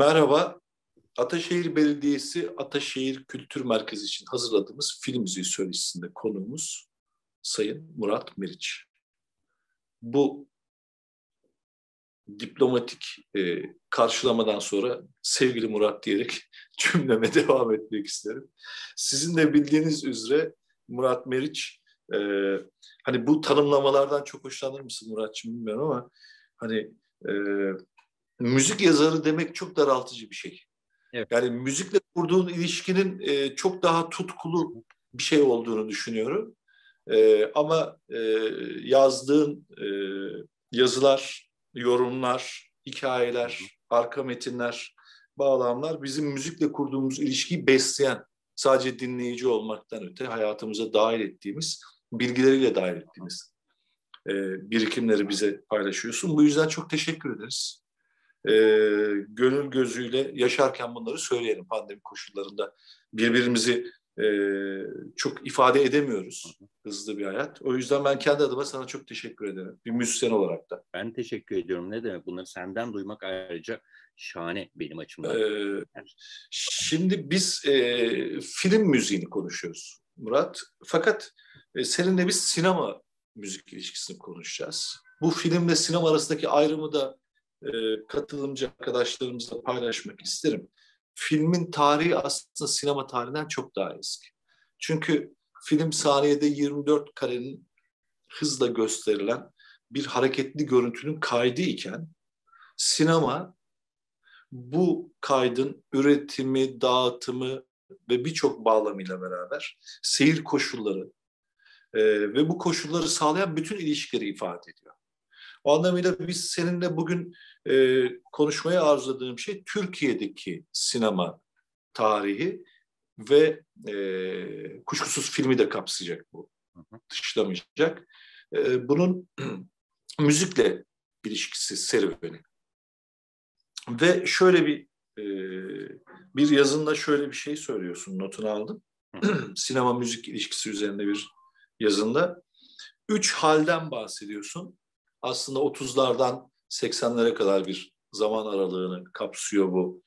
Merhaba, Ataşehir Belediyesi Ataşehir Kültür Merkezi için hazırladığımız film müziği söyleşisinde konuğumuz Sayın Murat Meriç. Bu diplomatik karşılamadan sonra sevgili Murat diyerek cümleme devam etmek isterim. Sizin de bildiğiniz üzere Murat Meriç, e, hani bu tanımlamalardan çok hoşlanır mısın Muratçığım bilmiyorum ama hani e, müzik yazarı demek çok daraltıcı bir şey. Evet. Yani müzikle kurduğun ilişkinin çok daha tutkulu bir şey olduğunu düşünüyorum. Ama yazdığın yazılar, yorumlar, hikayeler, arka metinler, bağlamlar bizim müzikle kurduğumuz ilişkiyi besleyen, sadece dinleyici olmaktan öte hayatımıza dahil ettiğimiz, bilgileriyle dahil ettiğimiz birikimleri bize paylaşıyorsun. Bu yüzden çok teşekkür ederiz. Gönül gözüyle yaşarken bunları söyleyelim. Pandemi koşullarında birbirimizi çok ifade edemiyoruz. Hızlı bir hayat. O yüzden ben kendi adıma sana çok teşekkür ederim. Bir müzisyen olarak da. Ben teşekkür ediyorum. Ne demek? Bunları senden duymak ayrıca şahane benim açımdan. Şimdi biz film müziğini konuşuyoruz Murat. Fakat seninle biz sinema müzik ilişkisini konuşacağız. Bu filmle sinema arasındaki ayrımı da katılımcı arkadaşlarımızla paylaşmak isterim. Filmin tarihi aslında sinema tarihinden çok daha eski. Çünkü film saniyede 24 karenin hızla gösterilen bir hareketli görüntünün kaydı iken sinema bu kaydın üretimi, dağıtımı ve birçok bağlamıyla beraber seyir koşulları ve bu koşulları sağlayan bütün ilişkileri ifade ediyor. O anlamıyla biz seninle bugün konuşmaya arzuladığım şey Türkiye'deki sinema tarihi ve kuşkusuz filmi de kapsayacak bu, dışlamayacak. Bunun müzikle ilişkisi serüveni. Ve şöyle bir yazında şöyle bir şey söylüyorsun, notunu aldım. Sinema müzik ilişkisi üzerinde bir yazında. 3 halden bahsediyorsun. Aslında 30'lardan 80'lere kadar bir zaman aralığını kapsıyor bu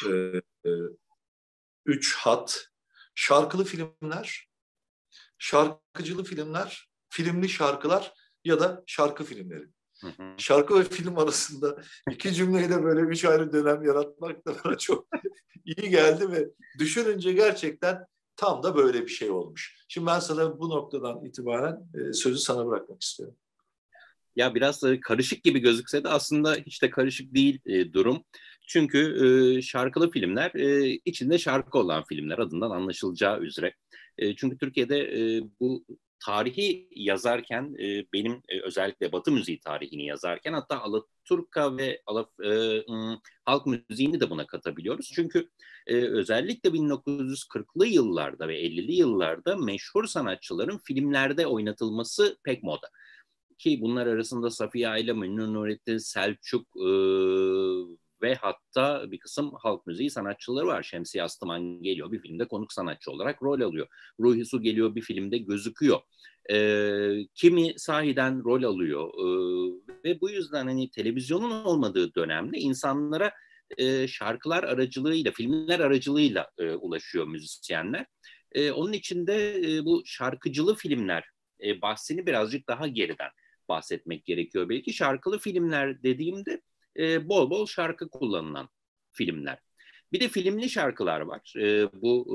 3 hat. Şarkılı filmler, şarkıcılı filmler, filmli şarkılar ya da şarkı filmleri. Şarkı ve film arasında iki cümleyle böyle 3 ayrı dönem yaratmak da bana çok iyi geldi ve düşününce gerçekten tam da böyle bir şey olmuş. Şimdi ben sana bu noktadan itibaren sözü sana bırakmak istiyorum. Ya biraz karışık gibi gözükse de aslında hiç de karışık değil durum. Çünkü şarkılı filmler içinde şarkı olan filmler adından anlaşılacağı üzere. Çünkü Türkiye'de bu tarihi yazarken benim özellikle Batı müziği tarihini yazarken hatta Alaturka ve halk müziğini de buna katabiliyoruz. Çünkü özellikle 1940'lı yıllarda ve 50'li yıllarda meşhur sanatçıların filmlerde oynatılması pek moda. Ki bunlar arasında Safiye Ayla, Memnun Nurettin, Selçuk ve hatta bir kısım halk müziği sanatçıları var. Şemsiye Astıman geliyor bir filmde konuk sanatçı olarak rol alıyor. Ruhi Su geliyor bir filmde gözüküyor. Kimi sahiden rol alıyor. Ve bu yüzden hani televizyonun olmadığı dönemde insanlara şarkılar aracılığıyla, filmler aracılığıyla ulaşıyor müzisyenler. Onun için de bu şarkıcılı filmler bahsini birazcık daha geriden bahsetmek gerekiyor. Belki şarkılı filmler dediğimde bol bol şarkı kullanılan filmler. Bir de filmli şarkılar var. Bu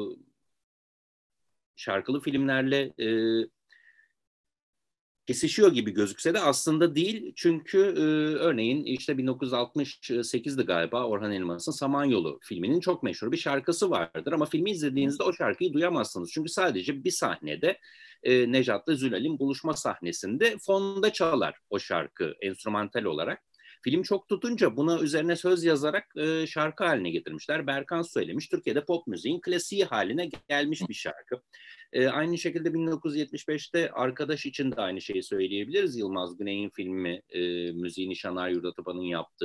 şarkılı filmlerle kesişiyor gibi gözükse de aslında değil. Çünkü örneğin işte 1968'di galiba Orhan Elmas'ın Samanyolu filminin çok meşhur bir şarkısı vardır. Ama filmi izlediğinizde o şarkıyı duyamazsınız. Çünkü sadece bir sahnede Nejat'la Zülal'in buluşma sahnesinde fonda çalar o şarkı enstrümantal olarak. Film çok tutunca buna üzerine söz yazarak şarkı haline getirmişler. Berkan söylemiş. Türkiye'de pop müziğin klasiği haline gelmiş bir şarkı. Aynı şekilde 1975'te Arkadaş için de aynı şeyi söyleyebiliriz. Yılmaz Güney'in filmi, müziğini Şanar Yurdatıban'ın yaptığı.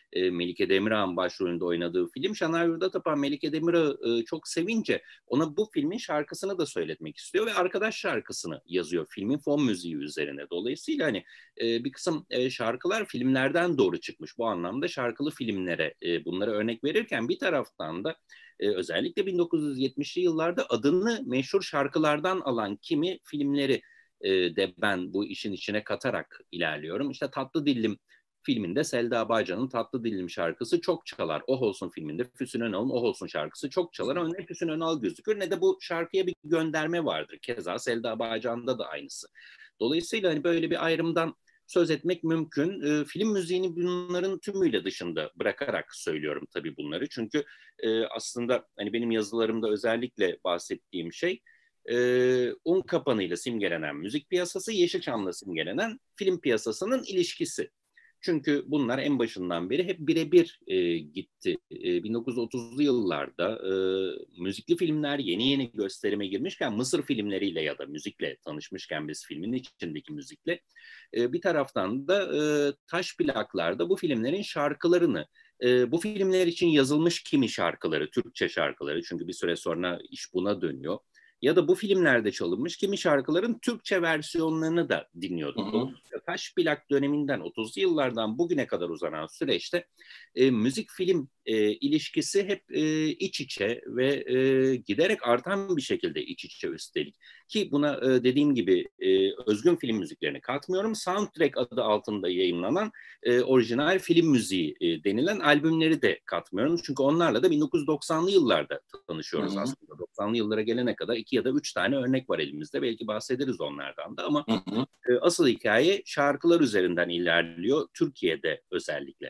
Melike Demirağ'ın başrolünde oynadığı film. Şener Yurdatapa Melike Demirağ'ı çok sevince ona bu filmin şarkısını da söyletmek istiyor ve arkadaş şarkısını yazıyor filmin fon müziği üzerine. Dolayısıyla hani bir kısım şarkılar filmlerden doğru çıkmış. Bu anlamda şarkılı filmlere bunlara örnek verirken bir taraftan da özellikle 1970'li yıllarda adını meşhur şarkılardan alan kimi filmleri de ben bu işin içine katarak ilerliyorum. İşte Tatlı Dillim filminde Selda Bağcan'ın Tatlı Dillim şarkısı çok çalar. Oh Olsun filminde Füsun Önal'ın Oh Olsun şarkısı çok çalar ama ne Füsun Önal gözükür ne de bu şarkıya bir gönderme vardır. Keza Selda Bağcan'da da aynısı. Dolayısıyla hani böyle bir ayrımdan söz etmek mümkün. Film müziğini bunların tümüyle dışında bırakarak söylüyorum tabii bunları. Çünkü aslında hani benim yazılarımda özellikle bahsettiğim şey un kapanıyla simgelenen müzik piyasası, Yeşilçam'la simgelenen film piyasasının ilişkisi. Çünkü bunlar en başından beri hep birebir gitti. 1930'lu yıllarda müzikli filmler yeni yeni gösterime girmişken Mısır filmleriyle ya da müzikle tanışmışken biz filmin içindeki müzikle bir taraftan da taş plaklarda bu filmlerin şarkılarını bu filmler için yazılmış kimi şarkıları, Türkçe şarkıları çünkü bir süre sonra iş buna dönüyor. Ya da bu filmlerde çalınmış kimi şarkıların Türkçe versiyonlarını da dinliyorduk. Dolayısıyla taş plak döneminden 30'lu yıllardan bugüne kadar uzanan süreçte müzik film ilişkisi hep iç içe ve giderek artan bir şekilde iç içe üstelik. Ki buna dediğim gibi özgün film müziklerini katmıyorum. Soundtrack adı altında yayınlanan orijinal film müziği denilen albümleri de katmıyorum. Çünkü onlarla da 1990'lı yıllarda tanışıyoruz aslında. 90'lı yıllara gelene kadar 2 ya da 3 tane örnek var elimizde. Belki bahsederiz onlardan da ama asıl hikaye şarkılar üzerinden ilerliyor. Türkiye'de özellikle.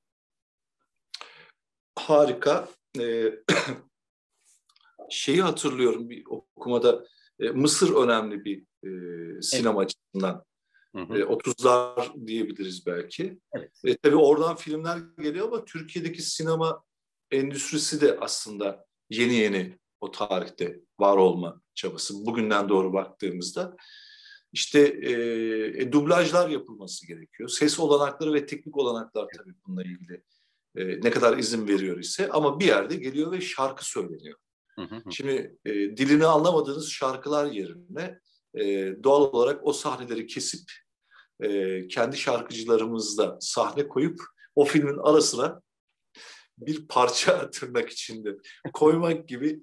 Harika. Şeyi hatırlıyorum bir okumada Mısır önemli bir sinema açısından. 30'lar diyebiliriz belki. Evet. Tabii oradan filmler geliyor ama Türkiye'deki sinema endüstrisi de aslında yeni yeni o tarihte var olma çabası. Bugünden doğru baktığımızda işte dublajlar yapılması gerekiyor. Ses olanakları ve teknik olanaklar tabii bununla ilgili ne kadar izin veriyor ise ama bir yerde geliyor ve şarkı söyleniyor. Şimdi dilini anlamadığınız şarkılar yerine doğal olarak o sahneleri kesip kendi şarkıcılarımızla sahne koyup o filmin arasına bir parça tırnak içinde koymak gibi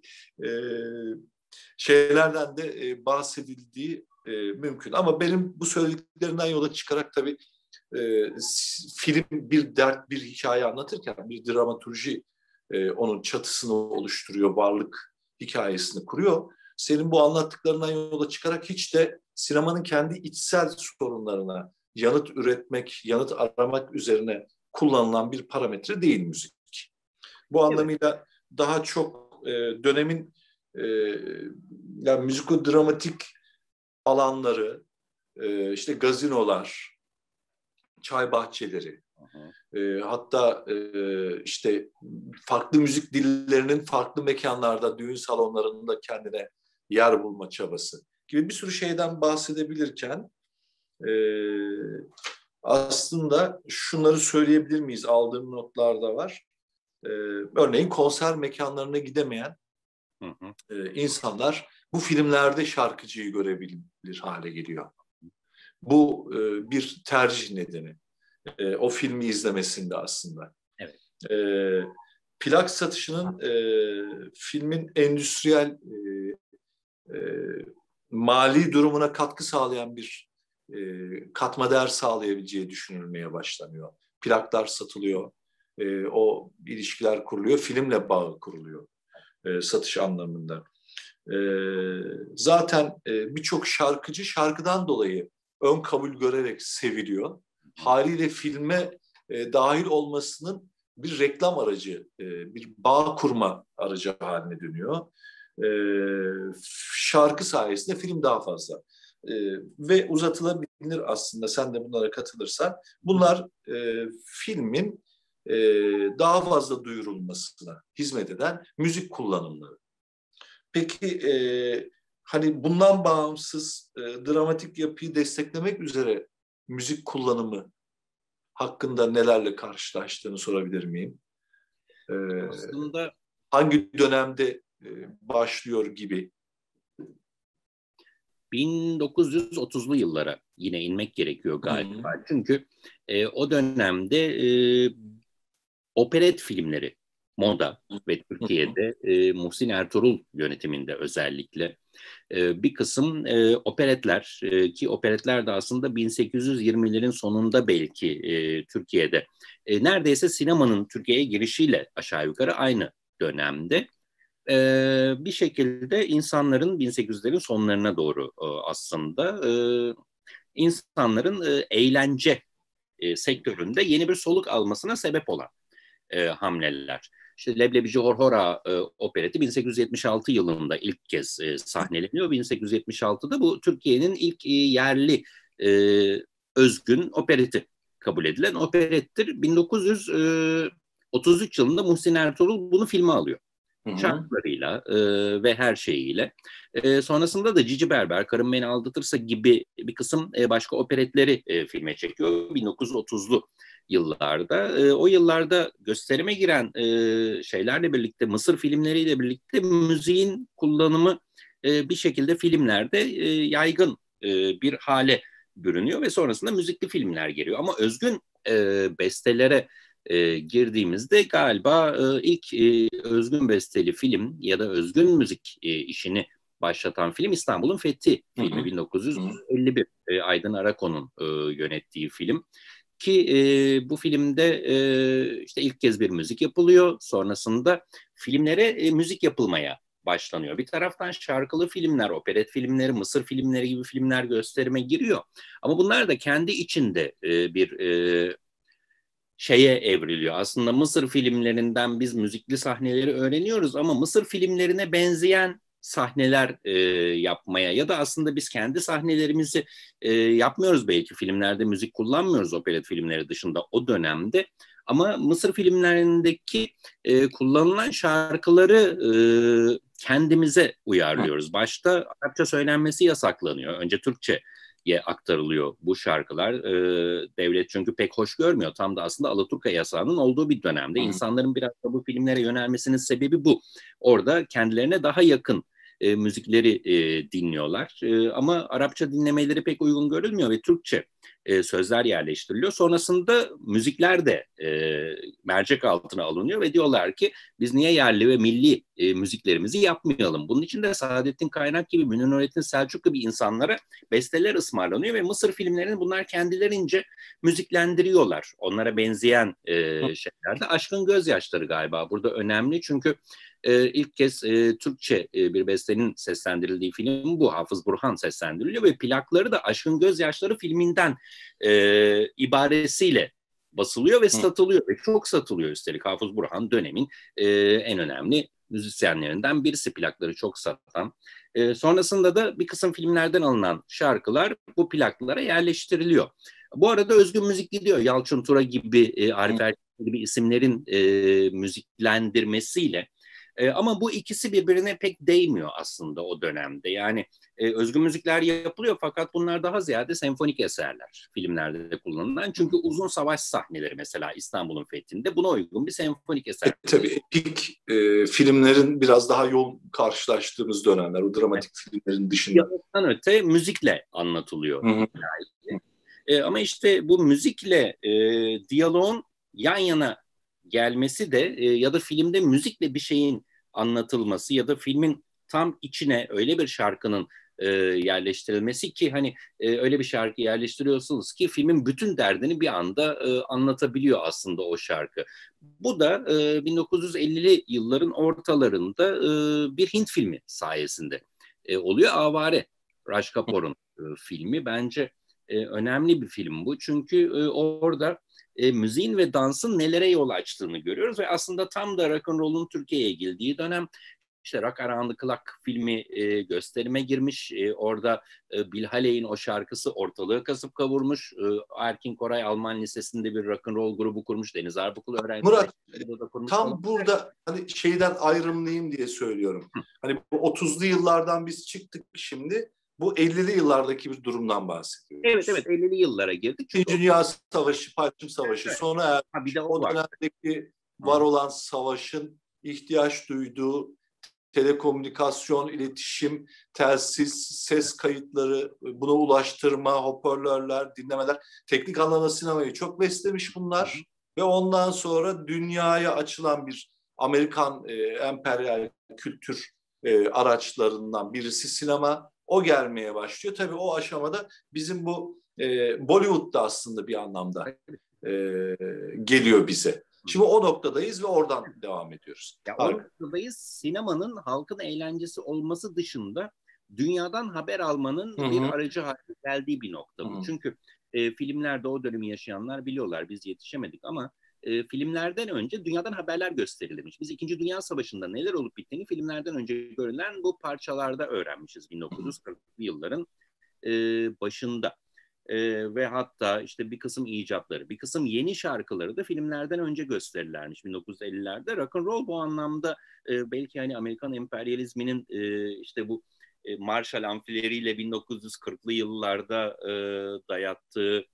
şeylerden de bahsedildiği mümkün. Ama benim bu söylediklerinden yola çıkarak tabii film bir dert, bir hikaye anlatırken bir dramaturji onun çatısını oluşturuyor, varlık hikayesini kuruyor. Senin bu anlattıklarından yola çıkarak hiç de sinemanın kendi içsel sorunlarına yanıt üretmek, yanıt aramak üzerine kullanılan bir parametre değil müzik. Bu anlamıyla daha çok dönemin yani müzikodramatik alanları, işte gazinolar, çay bahçeleri, hatta işte farklı müzik dillerinin farklı mekanlarda, düğün salonlarında kendine yer bulma çabası gibi bir sürü şeyden bahsedebilirken aslında şunları söyleyebilir miyiz? Aldığım notlarda var. Örneğin konser mekanlarına gidemeyen insanlar bu filmlerde şarkıcıyı görebilir hale geliyor. Bu bir tercih nedeni. O filmi izlemesinde aslında. Evet. Plak satışının filmin endüstriyel mali durumuna katkı sağlayan bir katma değer sağlayabileceği düşünülmeye başlanıyor. Plaklar satılıyor, o ilişkiler kuruluyor, filmle bağı kuruluyor satış anlamında. Zaten birçok şarkıcı şarkıdan dolayı ön kabul görerek seviliyor. Haliyle filme dahil olmasının bir reklam aracı, bir bağ kurma aracı haline dönüyor. Şarkı sayesinde film daha fazla. Ve uzatılabilir aslında, sen de bunlara katılırsan. Bunlar filmin daha fazla duyurulmasına hizmet eden müzik kullanımları. Peki hani bundan bağımsız dramatik yapıyı desteklemek üzere müzik kullanımı hakkında nelerle karşılaştığını sorabilir miyim? Aslında Hangi dönemde başlıyor gibi? 1930'lu yıllara yine inmek gerekiyor galiba. Çünkü o dönemde operet filmleri moda ve Türkiye'de Muhsin Ertuğrul yönetiminde özellikle bir kısım operetler ki operetler de aslında 1820'lerin sonunda belki Türkiye'de neredeyse sinemanın Türkiye'ye girişiyle aşağı yukarı aynı dönemde bir şekilde insanların 1800'lerin sonlarına doğru aslında insanların eğlence sektöründe yeni bir soluk almasına sebep olan hamleler. İşte Leblebici Horhora opereti 1876 yılında ilk kez sahneleniyor. 1876'da bu Türkiye'nin ilk yerli özgün opereti kabul edilen operettir. 1933 yılında Muhsin Ertuğrul bunu filme alıyor. Şarkılarıyla ve her şeyiyle. Sonrasında da Cici Berber, Karım Beni Aldatırsa gibi bir kısım başka operetleri filme çekiyor 1930'lu yıllarda. O yıllarda gösterime giren şeylerle birlikte, Mısır filmleriyle birlikte müziğin kullanımı bir şekilde filmlerde yaygın bir hale bürünüyor ve sonrasında müzikli filmler geliyor. Ama özgün bestelere girdiğimizde galiba ilk özgün besteli film ya da özgün müzik işini başlatan film İstanbul'un Fethi filmi 1951. Aydın Arakon'un yönettiği film. Ki bu filmde işte ilk kez bir müzik yapılıyor. Sonrasında filmlere müzik yapılmaya başlanıyor. Bir taraftan şarkılı filmler, operet filmleri, Mısır filmleri gibi filmler gösterime giriyor. Ama bunlar da kendi içinde bir şeye evriliyor. Aslında Mısır filmlerinden biz müzikli sahneleri öğreniyoruz ama Mısır filmlerine benzeyen sahneler yapmaya ya da aslında biz kendi sahnelerimizi yapmıyoruz belki filmlerde müzik kullanmıyoruz operet filmleri dışında o dönemde ama Mısır filmlerindeki kullanılan şarkıları kendimize uyarlıyoruz. Başta Arapça söylenmesi yasaklanıyor. Önce Türkçe aktarılıyor bu şarkılar. Devlet çünkü pek hoş görmüyor. Tam da aslında Alaturka yasağının olduğu bir dönemde. İnsanların biraz da bu filmlere yönelmesinin sebebi bu. Orada kendilerine daha yakın müzikleri dinliyorlar. Ama Arapça dinlemeleri pek uygun görülmüyor ve Türkçe sözler yerleştiriliyor. Sonrasında müzikler de mercek altına alınıyor ve diyorlar ki biz niye yerli ve milli müziklerimizi yapmayalım? Bunun için de Saadettin Kaynak gibi, Münir Nurettin Selçuk gibi insanlara besteler ısmarlanıyor ve Mısır filmlerini bunlar kendilerince müziklendiriyorlar. Onlara benzeyen şeylerde. Aşkın Gözyaşları galiba burada önemli çünkü ilk kez Türkçe bir bestenin seslendirildiği film bu. Hafız Burhan seslendiriliyor ve plakları da Aşkın Gözyaşları filminden ibaresiyle basılıyor ve satılıyor ve çok satılıyor üstelik. Hafız Burhan dönemin en önemli müzisyenlerinden birisi, plakları çok satan. Sonrasında da bir kısım filmlerden alınan şarkılar bu plaklara yerleştiriliyor. Bu arada özgün müzik gidiyor. Yalçın Tura gibi, Arif Erkin gibi isimlerin müziklendirmesiyle. Ama bu ikisi birbirine pek değmiyor aslında o dönemde. Yani özgün müzikler yapılıyor fakat bunlar daha ziyade senfonik eserler filmlerde de kullanılan. Çünkü uzun savaş sahneleri mesela İstanbul'un fethinde buna uygun bir senfonik eser. Tabii epik filmlerin biraz daha yoğun karşılaştığımız dönemler, o dramatik filmlerin dışında. Yanından öte müzikle anlatılıyor. Ama işte bu müzikle diyaloğun yan yana gelmesi de ya da filmde müzikle bir şeyin anlatılması ya da filmin tam içine öyle bir şarkının yerleştirilmesi ki hani öyle bir şarkı yerleştiriyorsunuz ki filmin bütün derdini bir anda anlatabiliyor aslında o şarkı. Bu da 1950'li yılların ortalarında bir Hint filmi sayesinde oluyor. Avare, Raj Kapoor'un filmi bence önemli bir film bu. Çünkü orada müziğin ve dansın nelere yol açtığını görüyoruz ve aslında tam da rock'n'roll'un Türkiye'ye girdiği dönem. İşte Rock Around the Clock filmi gösterime girmiş. Orada Bill Haley'in o şarkısı ortalığı kasıp kavurmuş. Erkin Koray Alman Lisesi'nde bir rock'n'roll grubu kurmuş. Deniz Arbukul öğrencileri. Murat, tam burada hani şeyden ayrımlıyım diye söylüyorum. Hani bu 30'lu yıllardan biz çıktık şimdi. bu 50'li yıllardaki bir durumdan bahsediyoruz. Evet 50'li yıllara girdik. İkinci Dünya Savaşı, Paylaşım Savaşı, Evet. sonra Bir de o o var. dönemdeki var olan savaşın ihtiyaç duyduğu telekomünikasyon, iletişim, telsiz, ses kayıtları, buna ulaştırma, hoparlörler, dinlemeler, teknik alana sinemayı çok beslemiş bunlar. Ve ondan sonra dünyaya açılan bir Amerikan emperyal kültür araçlarından birisi sinema. O gelmeye başlıyor. Tabii o aşamada bizim bu Bollywood'da aslında bir anlamda geliyor bize. Şimdi o noktadayız ve oradan devam ediyoruz. Ya o noktadayız. Sinemanın halkın eğlencesi olması dışında dünyadan haber almanın bir aracı haline geldiği bir nokta bu. Çünkü filmlerde o dönemi yaşayanlar biliyorlar. Biz yetişemedik ama filmlerden önce dünyadan haberler gösterilmiş. Biz İkinci Dünya Savaşı'nda neler olup bittiğini filmlerden önce görülen bu parçalarda öğrenmişiz 1940'lı yılların başında. Ve hatta işte bir kısım icatları, bir kısım yeni şarkıları da filmlerden önce gösterirlermiş 1950'lerde. Rock and roll bu anlamda belki hani Amerikan emperyalizminin işte bu Marshall amfileriyle 1940'lı yıllarda dayattığı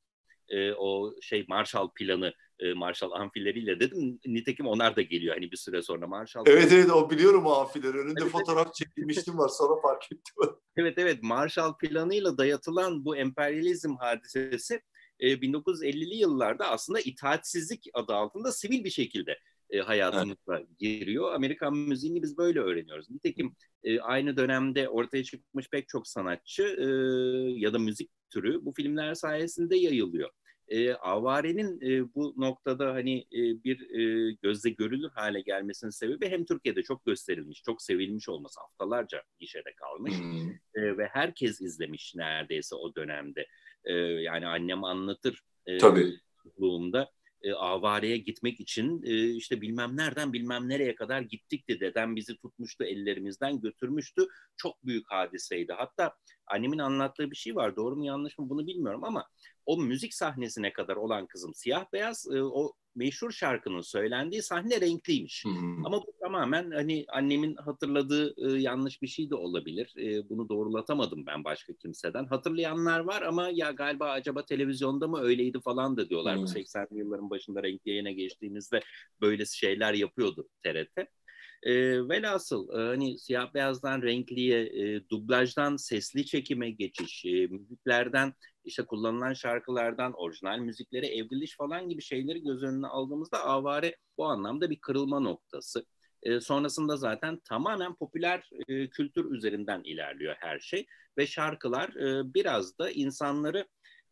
o Marshall planı, Marshall amfileriyle dedim. Nitekim onlar da geliyor hani bir süre sonra Marshall. Evet o biliyorum o amfileri. Önünde fotoğraf çekilmiştim var sonra fark ettim. Evet Marshall planıyla dayatılan bu emperyalizm hadisesi 1950'li yıllarda aslında itaatsizlik adı altında sivil bir şekilde hayatımıza giriyor. Amerikan müziğini biz böyle öğreniyoruz. Nitekim aynı dönemde ortaya çıkmış pek çok sanatçı ya da müzik türü bu filmler sayesinde yayılıyor. Avare'nin bu noktada hani bir gözle görülür hale gelmesinin sebebi hem Türkiye'de çok gösterilmiş, çok sevilmiş olması, haftalarca gişede kalmış ve herkes izlemiş neredeyse o dönemde. Yani annem anlatır çocukluğumda Avare'ye gitmek için işte bilmem nereden bilmem nereye kadar gittik de dedem bizi tutmuştu, ellerimizden götürmüştü. Çok büyük hadiseydi. Hatta annemin anlattığı bir şey var. Doğru mu yanlış mı bunu bilmiyorum ama o müzik sahnesine kadar olan kızım siyah beyaz o meşhur şarkının söylendiği sahne renkliymiş. Ama bu tamamen hani annemin hatırladığı yanlış bir şey de olabilir. Bunu doğrulatamadım ben başka kimseden. Hatırlayanlar var ama ya galiba acaba televizyonda mı öyleydi falan da diyorlar. Bu 80'li yılların başında renkli yayına geçtiğimizde böyle şeyler yapıyordu TRT. Velhasıl hani siyah beyazdan renkliye, dublajdan sesli çekime geçiş, müziklerden işte kullanılan şarkılardan orijinal müziklere evriliş falan gibi şeyleri göz önüne aldığımızda Avare bu anlamda bir kırılma noktası. Sonrasında zaten tamamen popüler kültür üzerinden ilerliyor her şey ve şarkılar biraz da insanları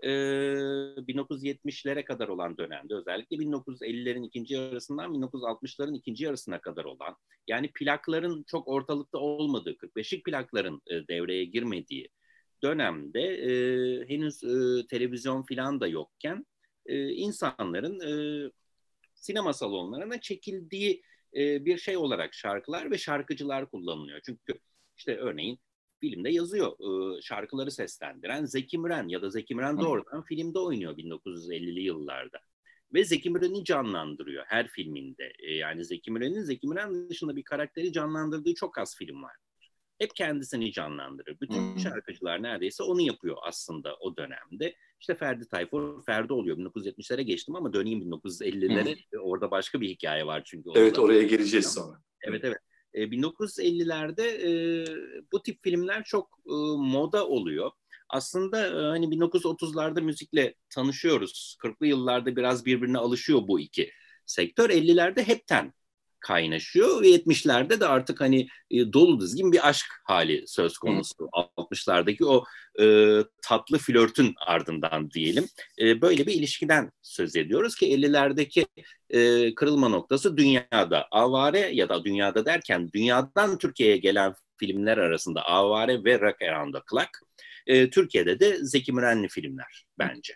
1970'lere kadar olan dönemde özellikle 1950'lerin ikinci yarısından 1960'ların ikinci yarısına kadar olan yani plakların çok ortalıkta olmadığı 45'lik plakların devreye girmediği dönemde henüz televizyon falan da yokken insanların sinema salonlarına çekildiği bir şey olarak şarkılar ve şarkıcılar kullanılıyor. Çünkü işte örneğin filmde yazıyor şarkıları seslendiren Zeki Müren ya da Zeki Müren doğrudan filmde oynuyor 1950'li yıllarda. Ve Zeki Müren'i canlandırıyor her filminde. Yani Zeki Müren dışında bir karakteri canlandırdığı çok az film var. Hep kendisini canlandırır. Bütün şarkıcılar neredeyse onu yapıyor aslında o dönemde. İşte Ferdi Tayfur, Ferdi oluyor. 1970'lere geçtim ama döneyim 1950'lere. Orada başka bir hikaye var çünkü. Evet oraya geleceğiz sonra. Evet. 1950'lerde bu tip filmler çok moda oluyor. Aslında hani 1930'larda müzikle tanışıyoruz. 40'lı yıllarda biraz birbirine alışıyor bu iki sektör. 50'lerde hepten kaynaşıyor ve 70'lerde de artık hani dolu dizgin bir aşk hali söz konusu. 60'lardaki o tatlı flörtün ardından diyelim. Böyle bir ilişkiden söz ediyoruz ki 50'lerdeki kırılma noktası dünyada. Avare ya da dünyada derken dünyadan Türkiye'ye gelen filmler arasında Avare ve Rock Around the Clock. Türkiye'de de Zeki Mürenli filmler bence.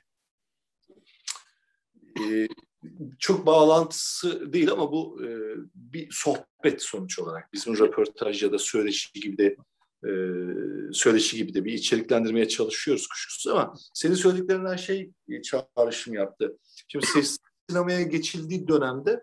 Çok bağlantısı değil ama bu bir sohbet sonuç olarak. Bizim röportaj ya da söyleşi gibi de bir içeriklendirmeye çalışıyoruz kuşkusuz ama senin söylediklerinden çağrışım yaptı. Şimdi ses sinemaya geçildiği dönemde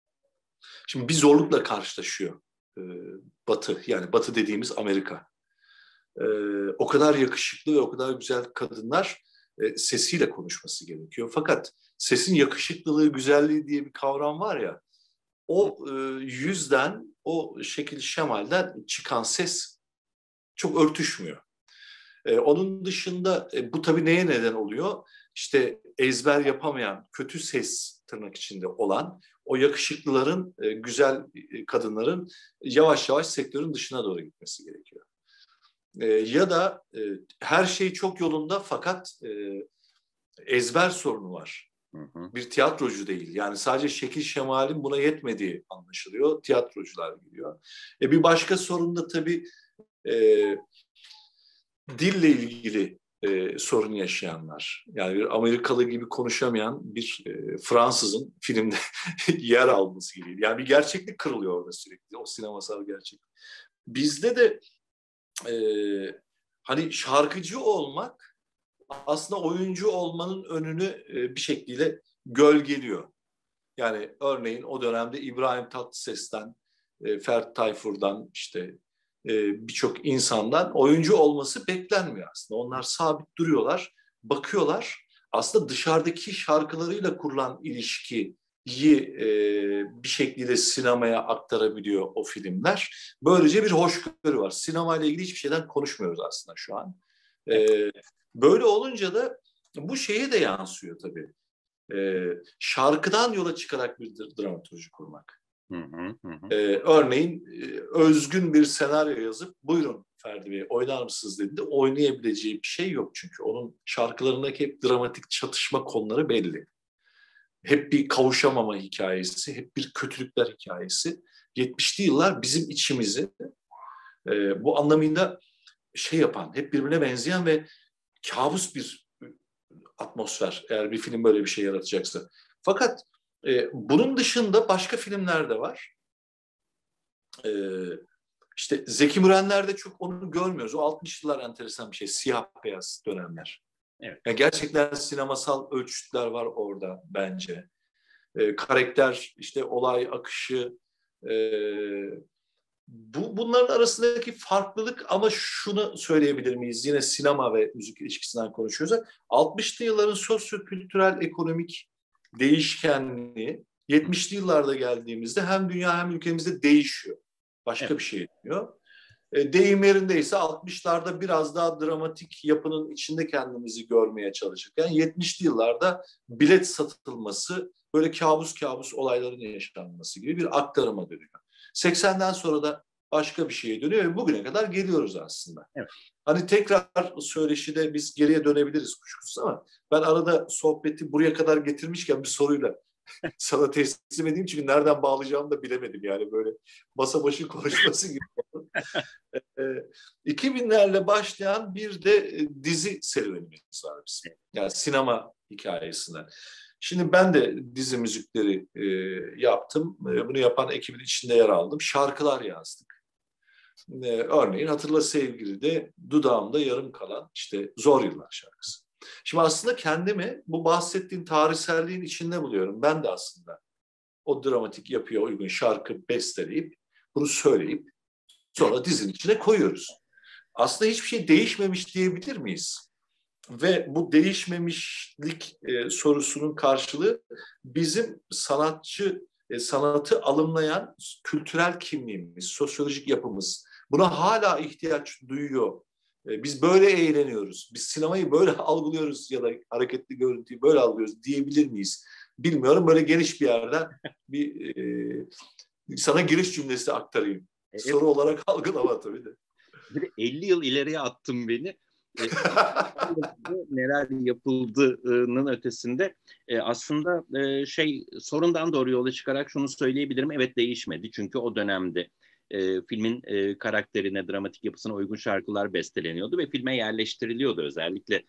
şimdi bir zorlukla karşılaşıyor Batı, yani Batı dediğimiz Amerika. O kadar yakışıklı ve o kadar güzel kadınlar, sesiyle konuşması gerekiyor. Fakat sesin yakışıklılığı, güzelliği diye bir kavram var ya, o yüzden, o şekil şemalden çıkan ses çok örtüşmüyor. Onun dışında bu tabii neye neden oluyor? İşte ezber yapamayan, kötü ses tırnak içinde olan o yakışıklıların, güzel kadınların yavaş yavaş sektörün dışına doğru gitmesi gerekiyor. Ya da her şey çok yolunda fakat ezber sorunu var. Hı hı. Bir tiyatrocu değil. Yani sadece şekil şemalin buna yetmediği anlaşılıyor. Tiyatrocular geliyor. Bir başka sorun da tabii dille ilgili sorun yaşayanlar. Yani bir Amerikalı gibi konuşamayan bir Fransızın filmde yer alması gibi. Yani bir gerçeklik kırılıyor orada sürekli. O sinemasal gerçeklik. Bizde de hani şarkıcı olmak aslında oyuncu olmanın önünü bir şekilde gölgeliyor. Yani örneğin o dönemde İbrahim Tatlıses'ten, Ferdi Tayfur'dan, işte birçok insandan oyuncu olması beklenmiyor aslında. Onlar sabit duruyorlar, bakıyorlar. Aslında dışarıdaki şarkılarıyla kurulan ilişkiyi bir şekilde sinemaya aktarabiliyor o filmler. Böylece bir hoşgörü var. Sinemayla ilgili hiçbir şeyden konuşmuyoruz aslında şu an. Böyle olunca da bu şeye de yansıyor tabii. Şarkıdan yola çıkarak bir dramaturji kurmak. Hı hı hı. Örneğin özgün bir senaryo yazıp buyurun Ferdi Bey oynar mısınız dediğinde oynayabileceği bir şey yok çünkü. Onun şarkılarındaki hep dramatik çatışma konuları belli. Hep bir kavuşamama hikayesi, hep bir kötülükler hikayesi. 70'li yıllar bizim içimizi bu anlamıyla şey yapan, hep birbirine benzeyen ve kabus bir atmosfer, eğer bir film böyle bir şey yaratacaksa. Fakat bunun dışında başka filmler de var. İşte Zeki Mürenler'de çok onu görmüyoruz. O 60'lılar enteresan bir şey. Siyah beyaz dönemler. Evet. Yani gerçekten sinemasal ölçütler var orada bence. Karakter, işte olay akışı, bunların arasındaki farklılık, ama şunu söyleyebilir miyiz? Yine sinema ve müzik ilişkisinden konuşuyorsak 60'lı yılların sosyo-kültürel ekonomik değişkenliği 70'li yıllarda geldiğimizde hem dünya hem ülkemizde değişiyor. Başka bir şey diyor. Deyim yerindeyse 60'larda biraz daha dramatik yapının içinde kendimizi görmeye çalışırken 70'li yıllarda bilet satılması, böyle kabus kabus olayların yaşanması gibi bir aktarıma dönüyor. 80'den sonra da başka bir şeye dönüyor ve bugüne kadar geliyoruz aslında. Evet. Hani tekrar söyleşide biz geriye dönebiliriz kuşkusuz, ama ben arada sohbeti buraya kadar getirmişken bir soruyla sana teslim edeyim, çünkü nereden bağlayacağımı da bilemedim, yani böyle masa başı konuşması gibi. 2000'lerle başlayan bir de dizi serüvenimiz var bizim. Yani sinema hikayesinden. Şimdi ben de dizi müzikleri yaptım. Bunu yapan ekibin içinde yer aldım. Şarkılar yazdık. Örneğin Hatırla Sevgili'de dudağımda yarım kalan işte Zor Yıllar şarkısı. Şimdi aslında kendimi bu bahsettiğin tarihselliğin içinde buluyorum. Ben de aslında o dramatik yapıya uygun şarkı besteleyip bunu söyleyip sonra dizinin içine koyuyoruz. Aslında hiçbir şey değişmemiş diyebilir miyiz? Ve bu değişmemişlik sorusunun karşılığı bizim sanatı alımlayan kültürel kimliğimiz, sosyolojik yapımız. Buna hala ihtiyaç duyuyor. Biz böyle eğleniyoruz, biz sinemayı böyle algılıyoruz ya da hareketli görüntüyü böyle algılıyoruz diyebilir miyiz? Bilmiyorum, böyle geniş bir yerden bir sana giriş cümlesi aktarayım. Soru olarak algılama tabii de. Bir de 50 yıl ileriye attın beni. Neler yapıldığının ötesinde aslında sorundan doğru yola çıkarak şunu söyleyebilirim. Evet, değişmedi. Çünkü o dönemde filmin karakterine, dramatik yapısına uygun şarkılar besteleniyordu ve filme yerleştiriliyordu. Özellikle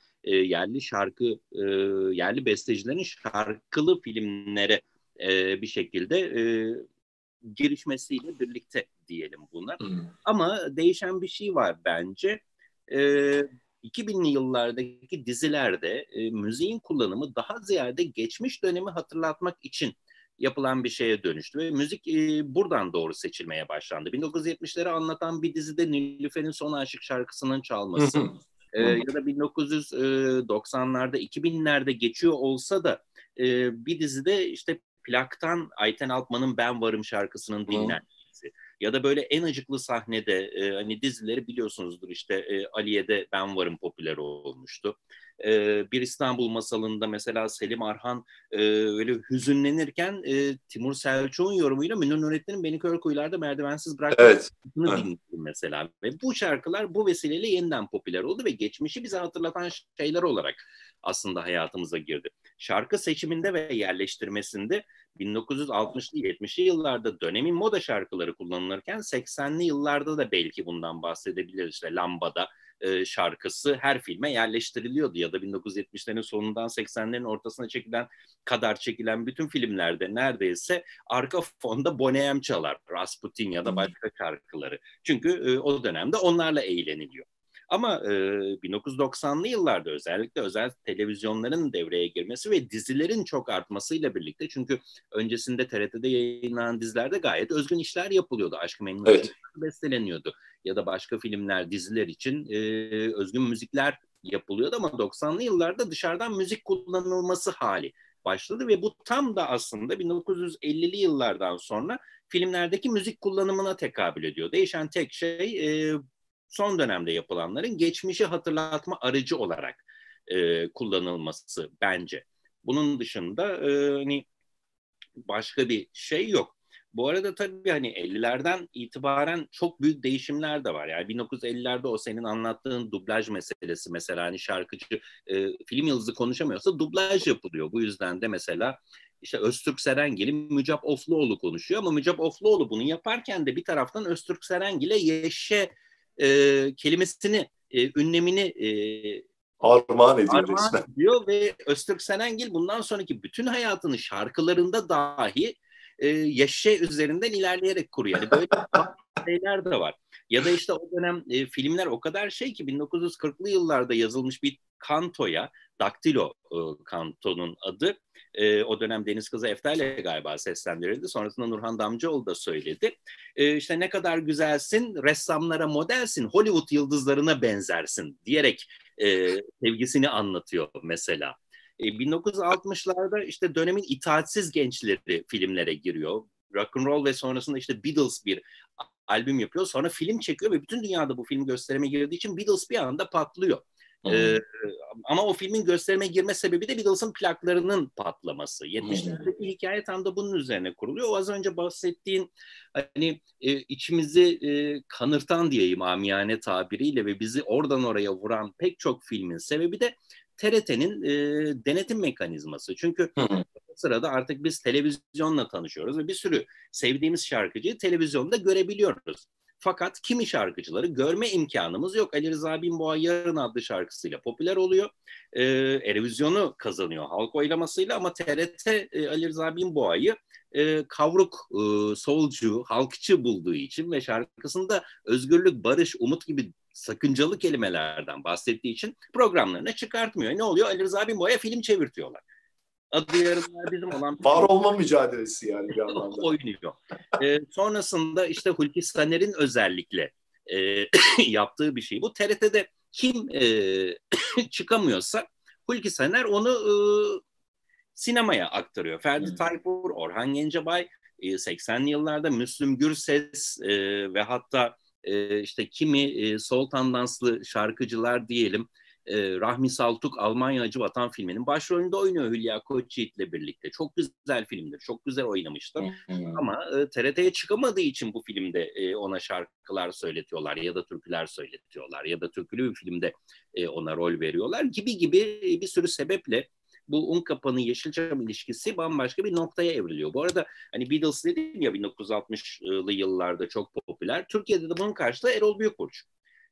yerli bestecilerin şarkılı filmlere bir şekilde girişmesiyle birlikte diyelim buna. Ama değişen bir şey var bence. 2000'li yıllardaki dizilerde müziğin kullanımı daha ziyade geçmiş dönemi hatırlatmak için yapılan bir şeye dönüştü ve müzik buradan doğru seçilmeye başlandı. 1970'leri anlatan bir dizide Nilüfer'in Son Aşık şarkısının çalması ya da 1990'larda 2000'lerde geçiyor olsa da bir dizide işte plaktan Ayten Alpman'ın Ben Varım şarkısının dinlenmesi ya da böyle en acıklı sahnede hani dizileri biliyorsunuzdur işte Aliye'de Ben Varım popüler olmuştu. Bir İstanbul Masalı'nda mesela Selim Arhan öyle hüzünlenirken Timur Selçuk'un yorumuyla Münir Nurettin'in Beni Kör Kuyularda Merdivensiz Bırakma şarkısını dinledim mesela. Ve bu şarkılar bu vesileyle yeniden popüler oldu ve geçmişi bize hatırlatan şeyler olarak aslında hayatımıza girdi. Şarkı seçiminde ve yerleştirmesinde 1960'lı 70'li yıllarda dönemin moda şarkıları kullanılırken 80'li yıllarda da belki bundan bahsedebiliriz. İşte Lambada şarkısı her filme yerleştiriliyordu ya da 1970'lerin sonundan 80'lerin ortasına çekilen bütün filmlerde neredeyse arka fonda Boney M çalar, Rasputin ya da başka şarkıları. Çünkü o dönemde onlarla eğleniliyor. Ama 1990'lı yıllarda özellikle özel televizyonların devreye girmesi ve dizilerin çok artmasıyla birlikte, çünkü öncesinde TRT'de yayınlanan dizilerde gayet özgün işler yapılıyordu. Aşk-ı Memnu için besteleniyordu ya da başka filmler, diziler için özgün müzikler yapılıyordu ama 90'lı yıllarda dışarıdan müzik kullanılması hali başladı ve bu tam da aslında 1950'li yıllardan sonra filmlerdeki müzik kullanımına tekabül ediyor. Değişen tek şey son dönemde yapılanların geçmişi hatırlatma aracı olarak kullanılması bence. Bunun dışında hani başka bir şey yok. Bu arada tabii hani 50'lerden itibaren çok büyük değişimler de var. Yani 1950'lerde o senin anlattığın dublaj meselesi mesela, hani şarkıcı film yıldızı konuşamıyorsa dublaj yapılıyor. Bu yüzden de mesela işte Öztürk Serengil'in Mücap Ofluoğlu konuşuyor ama Mücap Ofluoğlu bunu yaparken de bir taraftan Öztürk Serengil'e yeşe kelimesini, ünlemini armağan ediyor resmen. Ediyor ve Öztürk Serengil bundan sonraki bütün hayatını şarkılarında dahi yaşa üzerinden ilerleyerek kuruyor. Yani böyle şeyler de var. Ya da işte o dönem filmler o kadar şey ki 1940'lı yıllarda yazılmış bir kantoya, Daktilo kantonun adı. O dönem Deniz Kızı Efter'le galiba seslendirildi. Sonrasında Nurhan Damcıoğlu da söyledi. İşte ne kadar güzelsin, ressamlara modelsin, Hollywood yıldızlarına benzersin diyerek sevgisini anlatıyor mesela. 1960'larda işte dönemin itaatsiz gençleri filmlere giriyor. Rock and roll ve sonrasında işte Beatles bir albüm yapıyor. Sonra film çekiyor ve bütün dünyada bu film gösterime girdiği için Beatles bir anda patlıyor. Ama o filmin gösterime girme sebebi de Beatles'ın plaklarının patlaması. 70'lerdeki hikaye tam da bunun üzerine kuruluyor. O az önce bahsettiğin hani içimizi kanırtan diyeyim amiyane tabiriyle ve bizi oradan oraya vuran pek çok filmin sebebi de TRT'nin denetim mekanizması. Çünkü o sırada artık biz televizyonla tanışıyoruz ve bir sürü sevdiğimiz şarkıcıyı televizyonda görebiliyoruz. Fakat kimi şarkıcıları görme imkanımız yok. Ali Rıza Binboğa Yarın adlı şarkısıyla popüler oluyor. Erevizyonu kazanıyor halk oylamasıyla ama TRT Ali Rıza Binboğa'yı kavruk, solcu, halkçı bulduğu için ve şarkısında özgürlük, barış, umut gibi sakıncalı kelimelerden bahsettiği için programlarına çıkartmıyor. Ne oluyor? Ali Rıza Binboğa'ya film çevirtiyorlar. Adı Yarınlar Bizim olan var olma mücadelesi yani bir anlamda. oynuyor. Sonrasında işte Hulki Saner'in özellikle yaptığı bir şey. Bu TRT'de kim çıkamıyorsa Hulki Saner onu sinemaya aktarıyor. Ferdi Tayfur, Orhan Gencebay, 80'li yıllarda Müslüm Gürses ve hatta işte kimi sol tandanslı şarkıcılar diyelim, Rahmi Saltuk Almanya Acı Vatan filminin başrolünde oynuyor Hülya Koçyiğit'le birlikte. Çok güzel filmdir. Çok güzel oynamıştır. Ama TRT'ye çıkamadığı için bu filmde ona şarkılar söyletiyorlar ya da türküler söyletiyorlar ya da türkülü bir filmde ona rol veriyorlar gibi bir sürü sebeple bu Unkapanı Yeşilçam ilişkisi bambaşka bir noktaya evriliyor. Bu arada hani Beatles dedim ya 1960'lı yıllarda çok popüler. Türkiye'de de bunun karşılığı Erol Büyükburç.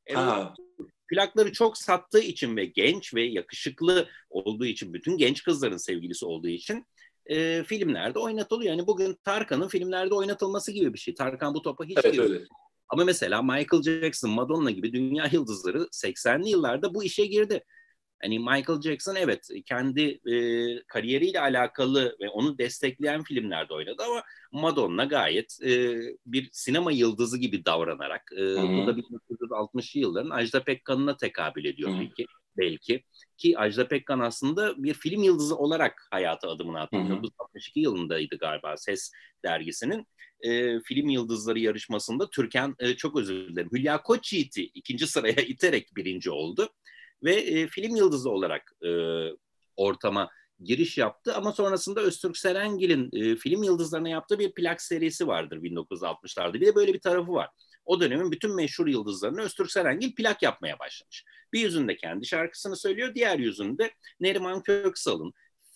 Plakları çok sattığı için ve genç ve yakışıklı olduğu için, bütün genç kızların sevgilisi olduğu için filmlerde oynatılıyor. Yani bugün Tarkan'ın filmlerde oynatılması gibi bir şey. Tarkan bu topa hiç girmiyor. Ama mesela Michael Jackson, Madonna gibi dünya yıldızları 80'li yıllarda bu işe girdi. Hani Michael Jackson evet kendi kariyeriyle alakalı ve onu destekleyen filmlerde oynadı ama Madonna gayet bir sinema yıldızı gibi davranarak bu da 1960'lı yılların Ajda Pekkan'ına tekabül ediyor peki belki ki Ajda Pekkan aslında bir film yıldızı olarak hayata adımını attı. 1962 yılındaydı galiba Ses dergisinin film yıldızları yarışmasında Türkan çok özür dilerim Hülya Koçyiğit'i ikinci sıraya iterek birinci oldu. Ve film yıldızı olarak ortama giriş yaptı. Ama sonrasında Öztürk Serengil'in film yıldızlarına yaptığı bir plak serisi vardır 1960'larda. Bir de böyle bir tarafı var. O dönemin bütün meşhur yıldızlarını Öztürk Serengil plak yapmaya başlamış. Bir yüzünde kendi şarkısını söylüyor, diğer yüzünde Neriman Köksal'ın,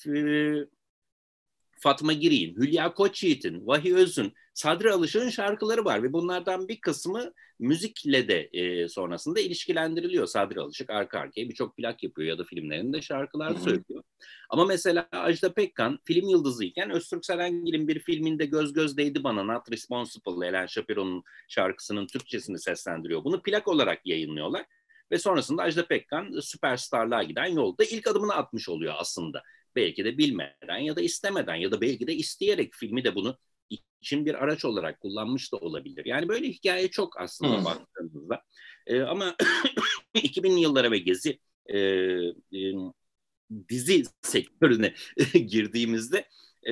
Fatma Giri'nin, Hülya Koçyiğit'in, Vahiy Öz'ün, Sadri Alışık'ın şarkıları var ve bunlardan bir kısmı müzikle de sonrasında ilişkilendiriliyor. Sadri Alışık arka arkaya birçok plak yapıyor ya da filmlerinde şarkılar söylüyor. Ama mesela Ajda Pekkan film yıldızıyken Öztürk Serengil'in bir filminde Göz Göz Değdi Bana, Not Responsible, Ellen Shapiro'nun şarkısının Türkçesini seslendiriyor. Bunu plak olarak yayınlıyorlar. Ve sonrasında Ajda Pekkan süperstarlığa giden yolda ilk adımını atmış oluyor aslında. Belki de bilmeden ya da istemeden ya da belki de isteyerek filmi de bunu için bir araç olarak kullanmış da olabilir. Yani böyle hikaye çok aslında baktığımızda. Ama 2000'li yıllara ve Gezi dizi sektörüne girdiğimizde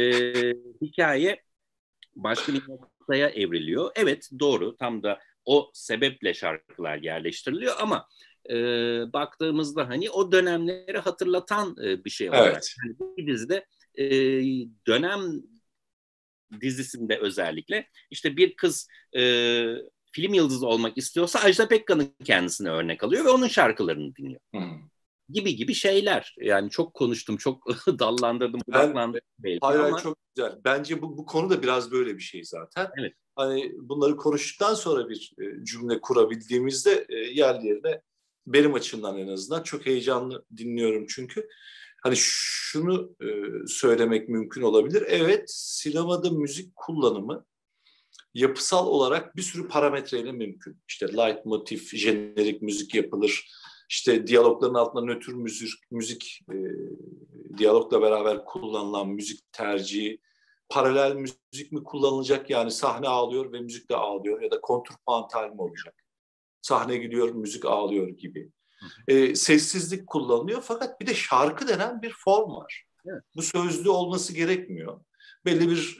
hikaye başka bir noktaya evriliyor. Evet doğru tam da o sebeple şarkılar yerleştiriliyor ama baktığımızda hani o dönemleri hatırlatan bir şey olarak. Evet. Yani bir dizide dönem dizisinde özellikle işte bir kız film yıldızı olmak istiyorsa Ajda Pekkan'ın kendisine örnek alıyor ve onun şarkılarını dinliyor. Gibi şeyler. Yani çok konuştum, çok dallandırdım, budaklandım belki ama. Çok güzel. Bence bu konu da biraz böyle bir şey zaten. Evet. Hani bunları konuştuktan sonra bir cümle kurabildiğimizde yerli yerine benim açımdan en azından çok heyecanlı dinliyorum çünkü. Hani şunu söylemek mümkün olabilir. Evet, sinemada müzik kullanımı yapısal olarak bir sürü parametreyle mümkün. İşte leitmotiv, jenerik müzik yapılır. İşte diyalogların altında nötr müzik diyalogla beraber kullanılan müzik tercihi, paralel müzik mi kullanılacak yani sahne ağlıyor ve müzik de ağlıyor ya da kontrpuantal mi olacak? Sahne gidiyor, müzik ağlıyor gibi. Sessizlik kullanılıyor fakat bir de şarkı denen bir form var. Evet. Bu sözlü olması gerekmiyor. Belli bir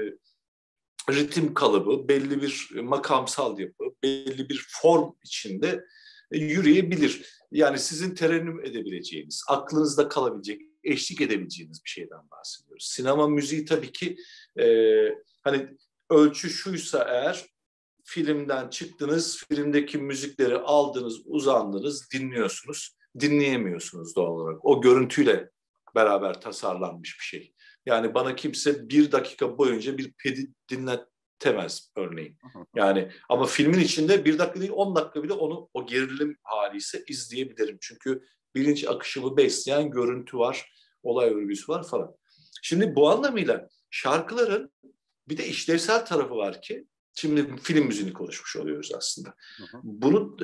ritim kalıbı, belli bir makamsal yapı, belli bir form içinde yürüyebilir. Yani sizin terennüm edebileceğiniz, aklınızda kalabilecek, eşlik edebileceğiniz bir şeyden bahsediyoruz. Sinema müziği tabii ki hani ölçü şuysa eğer filmden çıktınız, filmdeki müzikleri aldınız, uzandınız, dinliyorsunuz, dinleyemiyorsunuz doğal olarak. O görüntüyle beraber tasarlanmış bir şey. Yani bana kimse 1 dakika boyunca bir pedi dinletemez örneğin. Yani ama filmin içinde 1 dakika değil 10 dakika bile onu o gerilim hali ise izleyebilirim. Çünkü bilinç akışımı besleyen görüntü var, olay örgüsü var falan. Şimdi bu anlamıyla şarkıların bir de işlevsel tarafı var ki şimdi film müziğini konuşmuş oluyoruz aslında. Bunun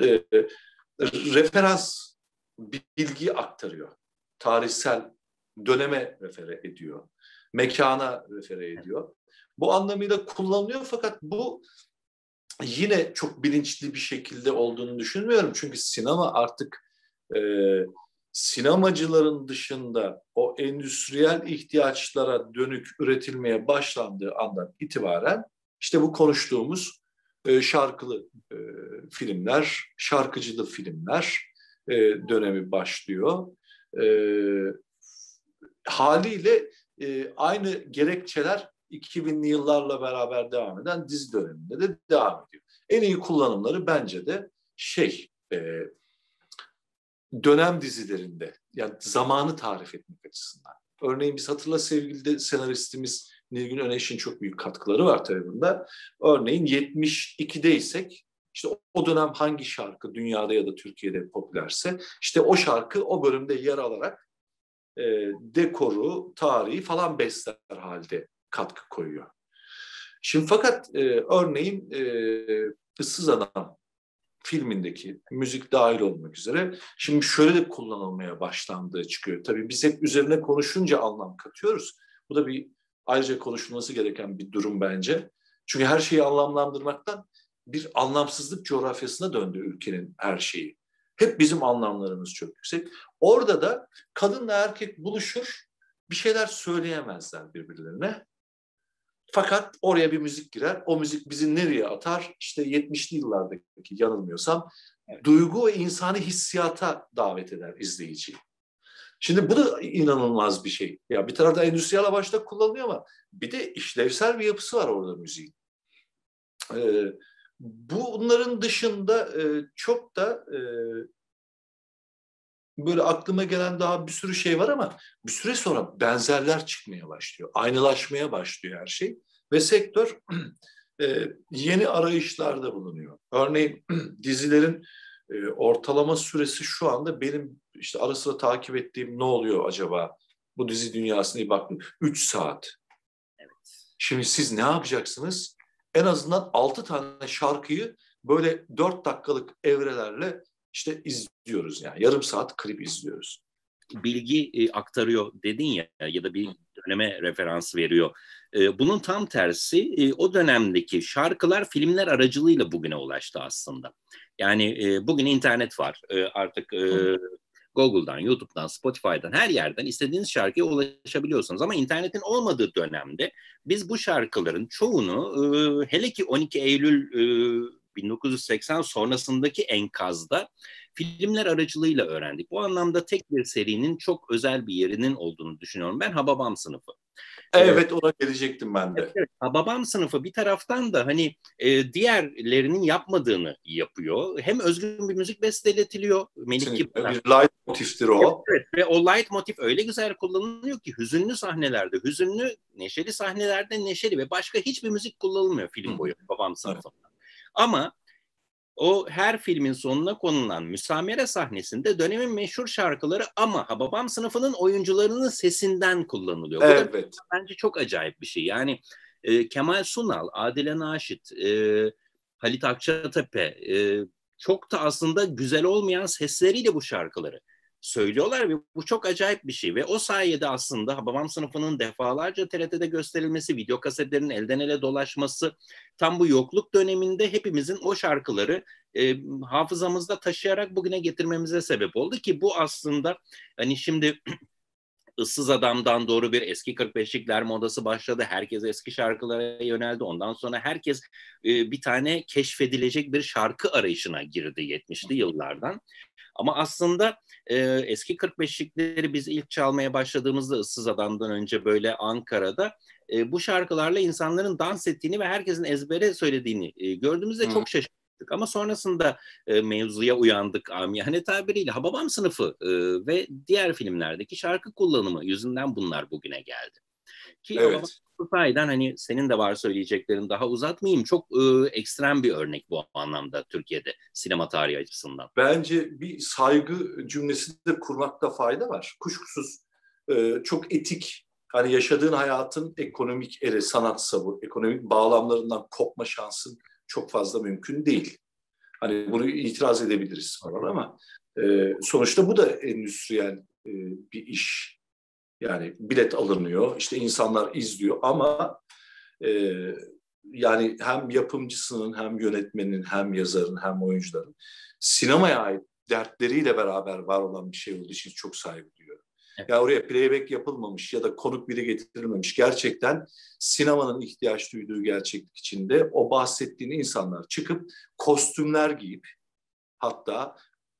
referans bilgi aktarıyor. Tarihsel döneme refere ediyor. Mekana refere ediyor. Bu anlamıyla kullanılıyor fakat bu yine çok bilinçli bir şekilde olduğunu düşünmüyorum. Çünkü sinema artık sinemacıların dışında o endüstriyel ihtiyaçlara dönük üretilmeye başlandığı andan itibaren işte bu konuştuğumuz şarkılı filmler, şarkıcılı filmler dönemi başlıyor. Haliyle aynı gerekçeler 2000'li yıllarla beraber devam eden dizi döneminde de devam ediyor. En iyi kullanımları bence de dönem dizilerinde yani zamanı tarif etmek açısından. Örneğin biz hatırla sevgili senaristimiz Nilgün Öneş'in çok büyük katkıları var tabii bunda. Örneğin 72'deysek işte o dönem hangi şarkı dünyada ya da Türkiye'de popülerse işte o şarkı o bölümde yer alarak dekoru, tarihi falan besler halde katkı koyuyor. Şimdi fakat örneğin Issız Adam filmindeki müzik dahil olmak üzere şimdi şöyle de kullanılmaya başlandığı çıkıyor. Tabii biz hep üzerine konuşunca anlam katıyoruz. Bu da bir ayrıca konuşulması gereken bir durum bence. Çünkü her şeyi anlamlandırmaktan bir anlamsızlık coğrafyasına döndü ülkenin her şeyi. Hep bizim anlamlarımız çok yüksek. Orada da kadınla erkek buluşur, bir şeyler söyleyemezler birbirlerine. Fakat oraya bir müzik girer. O müzik bizi nereye atar? İşte 70'li yıllardaki, yanılmıyorsam, duygu ve insani hissiyata davet eder izleyiciyi. Şimdi bu da inanılmaz bir şey. Ya bir tarafta endüstriyel amaçla kullanılıyor ama bir de işlevsel bir yapısı var orada müziğin. Bunların dışında çok da böyle aklıma gelen daha bir sürü şey var ama bir süre sonra benzerler çıkmaya başlıyor. Aynılaşmaya başlıyor her şey. Ve sektör yeni arayışlarda bulunuyor. Örneğin dizilerin ortalama süresi şu anda benim işte ara sıra takip ettiğim ne oluyor acaba? Bu dizi dünyasına iyi baktım. 3 saat. Evet. Şimdi siz ne yapacaksınız? En azından 6 tane şarkıyı böyle 4 dakikalık evrelerle işte izliyoruz yani. Yarım saat klip izliyoruz. Bilgi aktarıyor dedin ya ya da bir döneme referans veriyor. Bunun tam tersi o dönemdeki şarkılar filmler aracılığıyla bugüne ulaştı aslında. Yani bugün internet var. Artık Google'dan, YouTube'dan, Spotify'dan her yerden istediğiniz şarkıya ulaşabiliyorsunuz. Ama internetin olmadığı dönemde biz bu şarkıların çoğunu hele ki 12 Eylül 1980 sonrasındaki enkazda filmler aracılığıyla öğrendik. Bu anlamda tek bir serinin çok özel bir yerinin olduğunu düşünüyorum. Ben Hababam Sınıfı. Evet, ona gelecektim ben de. Evet, Hababam Sınıfı bir taraftan da hani diğerlerinin yapmadığını yapıyor. Hem özgün bir müzik besteletiliyor. Melik Kipler. Bir light motiftir o. Evet, ve o light motif öyle güzel kullanılıyor ki hüzünlü sahnelerde, hüzünlü, neşeli sahnelerde neşeli ve başka hiçbir müzik kullanılmıyor film boyu Hababam Sınıfı'nda. Ama o her filmin sonuna konulan müsamere sahnesinde dönemin meşhur şarkıları ama Hababam Sınıfı'nın oyuncularının sesinden kullanılıyor. Evet. Bu da bence çok acayip bir şey. Yani Kemal Sunal, Adile Naşit, Halit Akçatepe çok da aslında güzel olmayan sesleriyle bu şarkıları söylüyorlar ve bu çok acayip bir şey. Ve o sayede aslında Hababam Sınıfı'nın defalarca TRT'de gösterilmesi, video kasetlerin elden ele dolaşması, tam bu yokluk döneminde hepimizin o şarkıları hafızamızda taşıyarak bugüne getirmemize sebep oldu ki bu aslında hani şimdi Issız Adam'dan doğru bir eski 45'likler modası başladı. Herkes eski şarkılara yöneldi. Ondan sonra herkes bir tane keşfedilecek bir şarkı arayışına girdi 70'li yıllardan. Ama aslında eski 45'likleri biz ilk çalmaya başladığımızda Issız Adam'dan önce böyle Ankara'da bu şarkılarla insanların dans ettiğini ve herkesin ezbere söylediğini gördüğümüzde çok şaşırdık. Ama sonrasında mevzuya uyandık amiyane tabiriyle. Hababam Sınıfı ve diğer filmlerdeki şarkı kullanımı yüzünden bunlar bugüne geldi. Ki Hababam Sınıfı'dan hani senin de var söyleyeceklerin, daha uzatmayayım. Çok ekstrem bir örnek bu anlamda Türkiye'de sinema tarihi açısından. Bence bir saygı cümlesi de kurmakta fayda var. Kuşkusuz çok etik, hani yaşadığın hayatın ekonomik sanatsa bu, ekonomik bağlamlarından kopma şansın çok fazla mümkün değil. Hani bunu itiraz edebiliriz falan ama sonuçta bu da endüstriyel bir iş. Yani bilet alınıyor, işte insanlar izliyor ama yani hem yapımcısının, hem yönetmenin, hem yazarın, hem oyuncuların sinemaya ait dertleriyle beraber var olan bir şey olduğu için çok saygı duyuyorum. Evet. Yani oraya playback yapılmamış ya da konuk biri getirilmemiş. Gerçekten sinemanın ihtiyaç duyduğu gerçeklik içinde o bahsettiğin insanlar çıkıp kostümler giyip hatta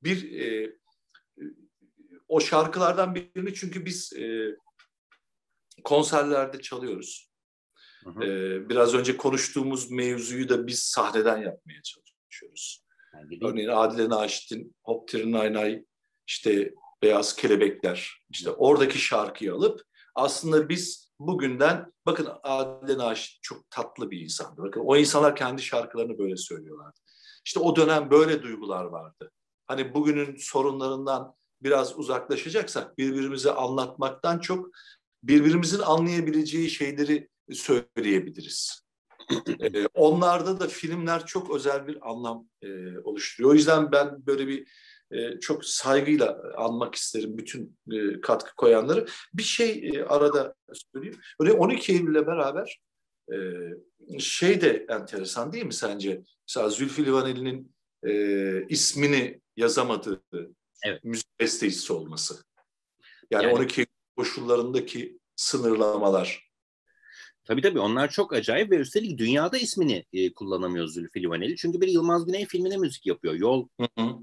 o şarkılardan birini çünkü biz konserlerde çalıyoruz. Biraz önce konuştuğumuz mevzuyu da biz sahneden yapmaya çalışıyoruz. Örneğin Adile Naşit'in Hop Tiri Nay Nay, işte Beyaz Kelebekler, işte oradaki şarkıyı alıp aslında biz bugünden, bakın Adile Naşit çok tatlı bir insandı. Bakın o insanlar kendi şarkılarını böyle söylüyorlardı. İşte o dönem böyle duygular vardı. Hani bugünün sorunlarından biraz uzaklaşacaksak birbirimize anlatmaktan çok birbirimizin anlayabileceği şeyleri söyleyebiliriz. Onlarda da filmler çok özel bir anlam oluşturuyor. O yüzden ben böyle bir çok saygıyla anmak isterim bütün katkı koyanları. Bir şey arada söyleyeyim. Böyle 12 Eylül'le beraber şey de enteresan değil mi sence? Mesela Zülfü Livaneli'nin ismini yazamadığı Evet. müzik bestecisi olması. Yani Yani 12 Eylül koşullarındaki sınırlamalar. tabii onlar çok acayip ve üstelik dünyada ismini kullanamıyor Zülfü Livaneli. Çünkü bir Yılmaz Güney filmine müzik yapıyor. Yol. Hı hı.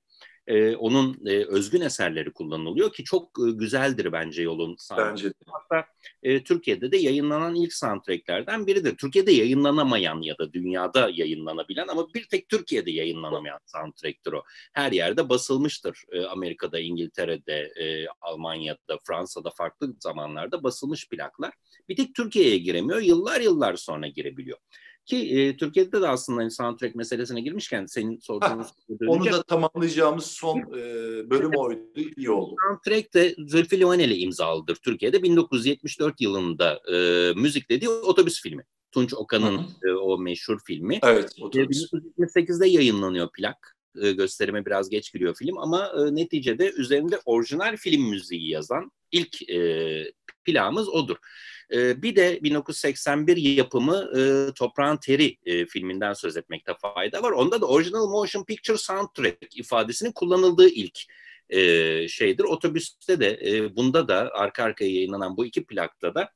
Onun özgün eserleri kullanılıyor ki çok güzeldir bence Yol'un soundtrack'ı. Bence de. Hatta Türkiye'de de yayınlanan ilk soundtrack'lerden biridir. Türkiye'de yayınlanamayan ya da dünyada yayınlanabilen ama bir tek Türkiye'de yayınlanamayan soundtrack'tir o. Her yerde basılmıştır. Amerika'da, İngiltere'de, Almanya'da, Fransa'da farklı zamanlarda basılmış plaklar. Bir tek Türkiye'ye giremiyor. Yıllar sonra girebiliyor. Ki Türkiye'de de aslında hani soundtrack meselesine girmişken senin sorduğun soruya Onu döneceğim. da tamamlayacağımız son bölüm oydu. İyi oldu. Soundtrack de Zülfü Livaneli imzalıdır Türkiye'de. 1974 yılında müziklediği otobüs filmi. Tunç Hı Okan'ın hı. o meşhur filmi. Evet, otobüs. 1978'de yayınlanıyor plak. Gösterime biraz geç giriyor film ama neticede üzerinde orijinal film müziği yazan ilk plağımız odur. Bir de 1981 yapımı Toprağın Teri filminden söz etmekte fayda var. Onda da Original Motion Picture Soundtrack ifadesinin kullanıldığı ilk şeydir. Otobüste de bunda da arka arkaya yayınlanan bu iki plakta da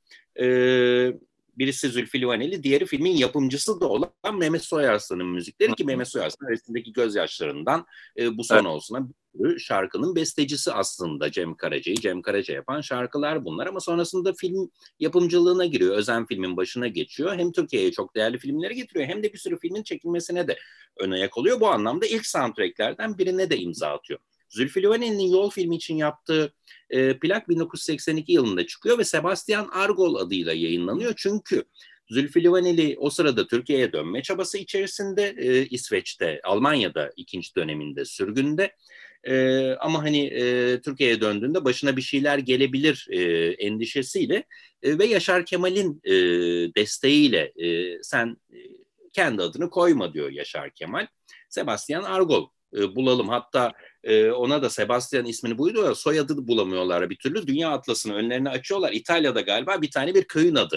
birisi Zülfü Livaneli, diğeri filmin yapımcısı da olan Mehmet Soyarslan'ın müzikleri ki Mehmet Soyarslan arasındaki gözyaşlarından bu son Evet. olsuna bir sürü şarkının bestecisi aslında Cem Karaca'yı Cem Karaca yapan şarkılar bunlar ama sonrasında film yapımcılığına giriyor. Özen filmin başına geçiyor. Hem Türkiye'ye çok değerli filmleri getiriyor hem de bir sürü filmin çekilmesine de ön ayak oluyor. Bu anlamda ilk soundtracklerden birine de imza atıyor. Zülfü Livaneli'nin Yol filmi için yaptığı plak 1982 yılında çıkıyor ve Sebastian Argol adıyla yayınlanıyor. Çünkü Zülfü Livaneli o sırada Türkiye'ye dönme çabası içerisinde İsveç'te, Almanya'da ikinci döneminde sürgünde. Ama hani Türkiye'ye döndüğünde başına bir şeyler gelebilir endişesiyle ve Yaşar Kemal'in desteğiyle sen kendi adını koyma diyor Yaşar Kemal. Sebastian Argol bulalım. Hatta ona da Sebastian ismini buyuruyor. Soyadı bulamıyorlar bir türlü. Dünya atlasını önlerine açıyorlar. İtalya'da galiba bir tane bir köyün adı.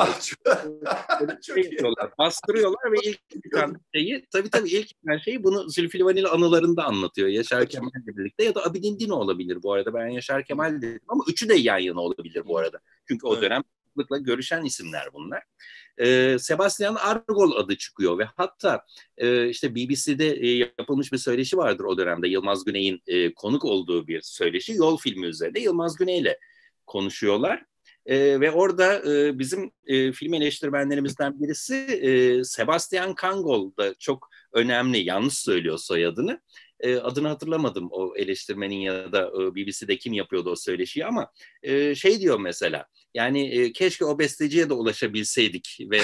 Çok iyi. Yapıyorlar, bastırıyorlar ve ilk çıkan şeyi tabii ilk çıkan şeyi bunu Zülfü Livaneli anılarında anlatıyor. Yaşar Kemal'le birlikte ya da Abidin Dino olabilir bu arada. Ben Yaşar Kemal dedim ama üçü de yan yana olabilir bu arada. Çünkü o dönem sıklıkla görüşen isimler bunlar. Sebastian Argol adı çıkıyor ve hatta işte BBC'de yapılmış bir söyleşi vardır o dönemde. Yılmaz Güney'in konuk olduğu bir söyleşi. Yol filmi üzerinde Yılmaz Güney'le konuşuyorlar. Ve orada bizim film eleştirmenlerimizden birisi Sebastian Kangol da çok önemli, yanlış söylüyor soyadını. Adını hatırlamadım o eleştirmenin ya da BBC'de kim yapıyordu o söyleşiyi ama şey diyor mesela, yani keşke o besteciye de ulaşabilseydik ve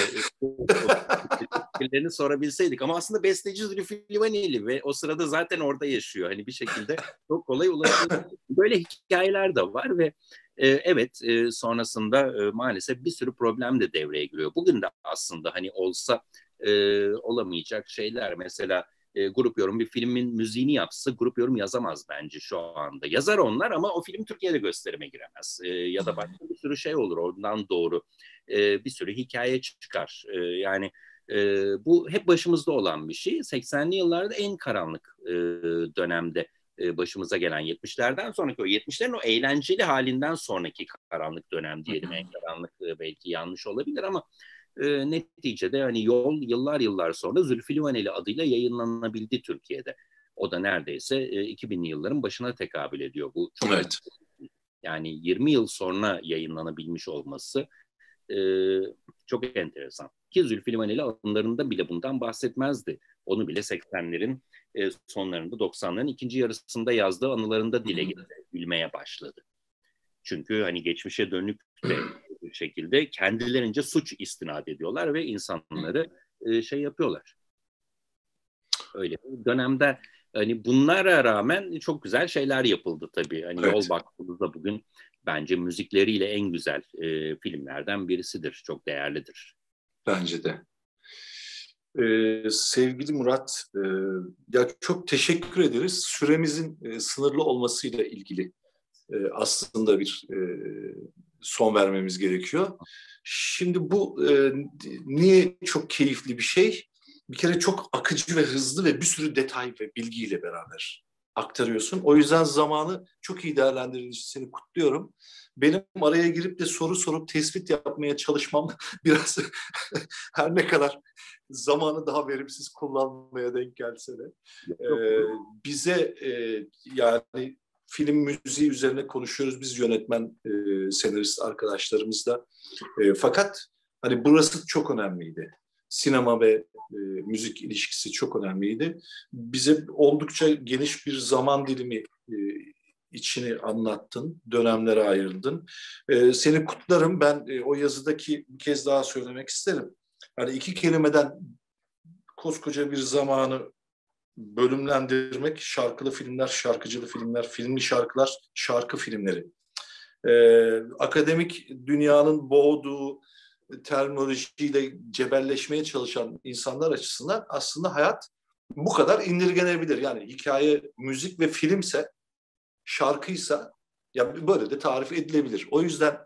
fikirlerini sorabilseydik ama aslında besteci Zülfü Livaneli ve o sırada zaten orada yaşıyor. Hani bir şekilde çok kolay ulaşılıyor. Böyle hikayeler de var ve evet sonrasında maalesef bir sürü problem de devreye giriyor. Bugün de aslında hani olsa olamayacak şeyler. Mesela Grup Yorum bir filmin müziğini yapsa Grup Yorum yazamaz bence şu anda. Yazar onlar ama o film Türkiye'de gösterime giremez. Ya da başka bir sürü şey olur oradan doğru. Bir sürü hikaye çıkar. Yani bu hep başımızda olan bir şey. 80'li yıllarda en karanlık dönemde başımıza gelen 70'lerden sonraki o 70'lerin o eğlenceli halinden sonraki karanlık dönem diyelim. En karanlık belki yanlış olabilir ama neticede hani Yol yıllar sonra Zülfü Livaneli adıyla yayınlanabildi Türkiye'de. O da neredeyse 2000'li yılların başına tekabül ediyor. Bu çok Evet. yani 20 yıl sonra yayınlanabilmiş olması e, çok enteresan. Ki Zülfü Livaneli anılarında bile bundan bahsetmezdi. Onu bile 80'lerin sonlarında 90'ların ikinci yarısında yazdığı anılarında dile gülmeye başladı. Çünkü hani geçmişe dönük de bir şekilde kendilerince suç istinad ediyorlar ve insanları şey yapıyorlar. Öyle bir dönemde hani bunlara rağmen çok güzel şeyler yapıldı tabii. Hani Evet. Yol baktığımızda bugün bence müzikleriyle en güzel filmlerden birisidir. Çok değerlidir. Bence de. Sevgili Murat, ya çok teşekkür ederiz. Süremizin sınırlı olmasıyla ilgili aslında bir son vermemiz gerekiyor. Şimdi bu niye çok keyifli bir şey? Bir kere çok akıcı ve hızlı ve bir sürü detay ve bilgiyle beraber aktarıyorsun. O yüzden zamanı çok iyi değerlendirdiğin için seni kutluyorum. Benim araya girip de soru sorup tespit yapmaya çalışmam biraz her ne kadar zamanı daha verimsiz kullanmaya denk gelse de e, Yok. bize yani film müziği üzerine konuşuyoruz biz yönetmen, senarist arkadaşlarımızla. Fakat hani burası çok önemliydi. Sinema ve müzik ilişkisi çok önemliydi. Bize oldukça geniş bir zaman dilimi içini anlattın, dönemlere ayırdın. Seni kutlarım. Ben o yazıdaki bir kez daha söylemek isterim. Hani iki kelimeden koskoca bir zamanı bölümlendirmek, şarkılı filmler, şarkıcılı filmler, filmli şarkılar, şarkı filmleri. Akademik dünyanın boğduğu terminolojiyle cebelleşmeye çalışan insanlar açısından aslında hayat bu kadar indirgenebilir. Yani hikaye, müzik ve filmse, şarkıysa ya böyle de tarif edilebilir. O yüzden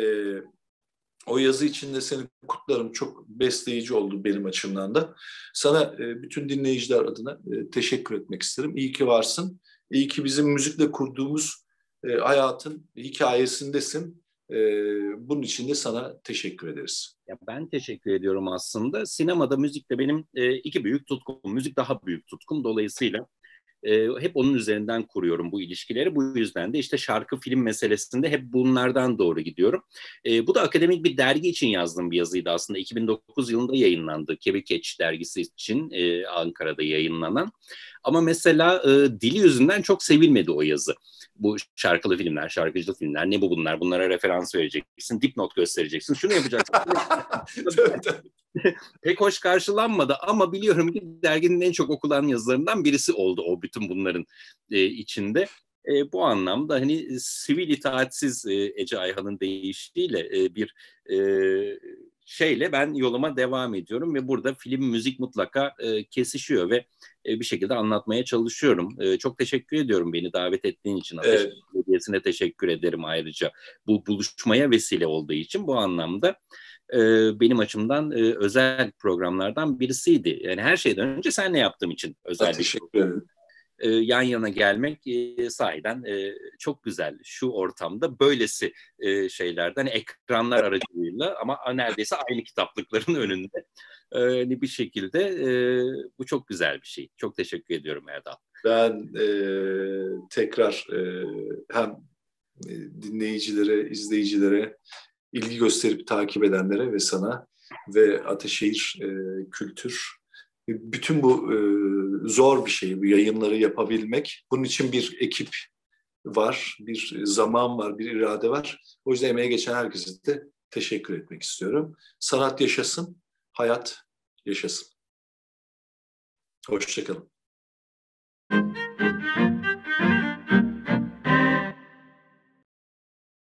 o yazı içinde seni kutlarım. Çok besleyici oldu benim açımdan da. Sana bütün dinleyiciler adına teşekkür etmek isterim. İyi ki varsın. İyi ki bizim müzikle kurduğumuz hayatın hikayesindesin. Bunun için de sana teşekkür ederiz. Ya ben teşekkür ediyorum aslında. Sinemada müzik de benim iki büyük tutkum. Müzik daha büyük tutkum. Dolayısıyla hep onun üzerinden kuruyorum bu ilişkileri. Bu yüzden de işte şarkı film meselesinde hep bunlardan doğru gidiyorum. Bu da akademik bir dergi için yazdığım bir yazıydı aslında. 2009 yılında yayınlandı. Kevin Catch dergisi için Ankara'da yayınlanan. Ama mesela dili yüzünden çok sevilmedi o yazı. Bu şarkılı filmler, şarkıcılı filmler, ne bu bunlar? Bunlara referans vereceksin, dipnot göstereceksin, şunu yapacaksın. Pek hoş karşılanmadı ama biliyorum ki derginin en çok okunan yazılarından birisi oldu o bütün bunların içinde. Bu anlamda hani sivil itaatsiz Ece Ayhan'ın deyişiyle bir şeyle ben yoluma devam ediyorum ve burada film, müzik mutlaka kesişiyor ve bir şekilde anlatmaya çalışıyorum. Çok teşekkür ediyorum beni davet ettiğin için. Ateş Belediyesi'ne teşekkür ederim ayrıca. Bu buluşmaya vesile olduğu için bu anlamda benim açımdan özel programlardan birisiydi. Yani her şeyden önce seninle yaptığım için özel bir teşekkür ederim. Yan yana gelmek sahiden çok güzel. Şu ortamda böylesi şeylerden ekranlar aracılığıyla ama neredeyse aynı kitaplıkların önünde bir şekilde bu çok güzel bir şey. Çok teşekkür ediyorum Erdal. Ben tekrar hem dinleyicilere, izleyicilere, ilgi gösterip takip edenlere ve sana ve Ataşehir Kültür bütün bu zor bir şey, bu yayınları yapabilmek. Bunun için bir ekip var, bir zaman var, bir irade var. O yüzden emeğe geçen herkese de teşekkür etmek istiyorum. Sanat yaşasın, hayat yaşasın. Hoşça kalın.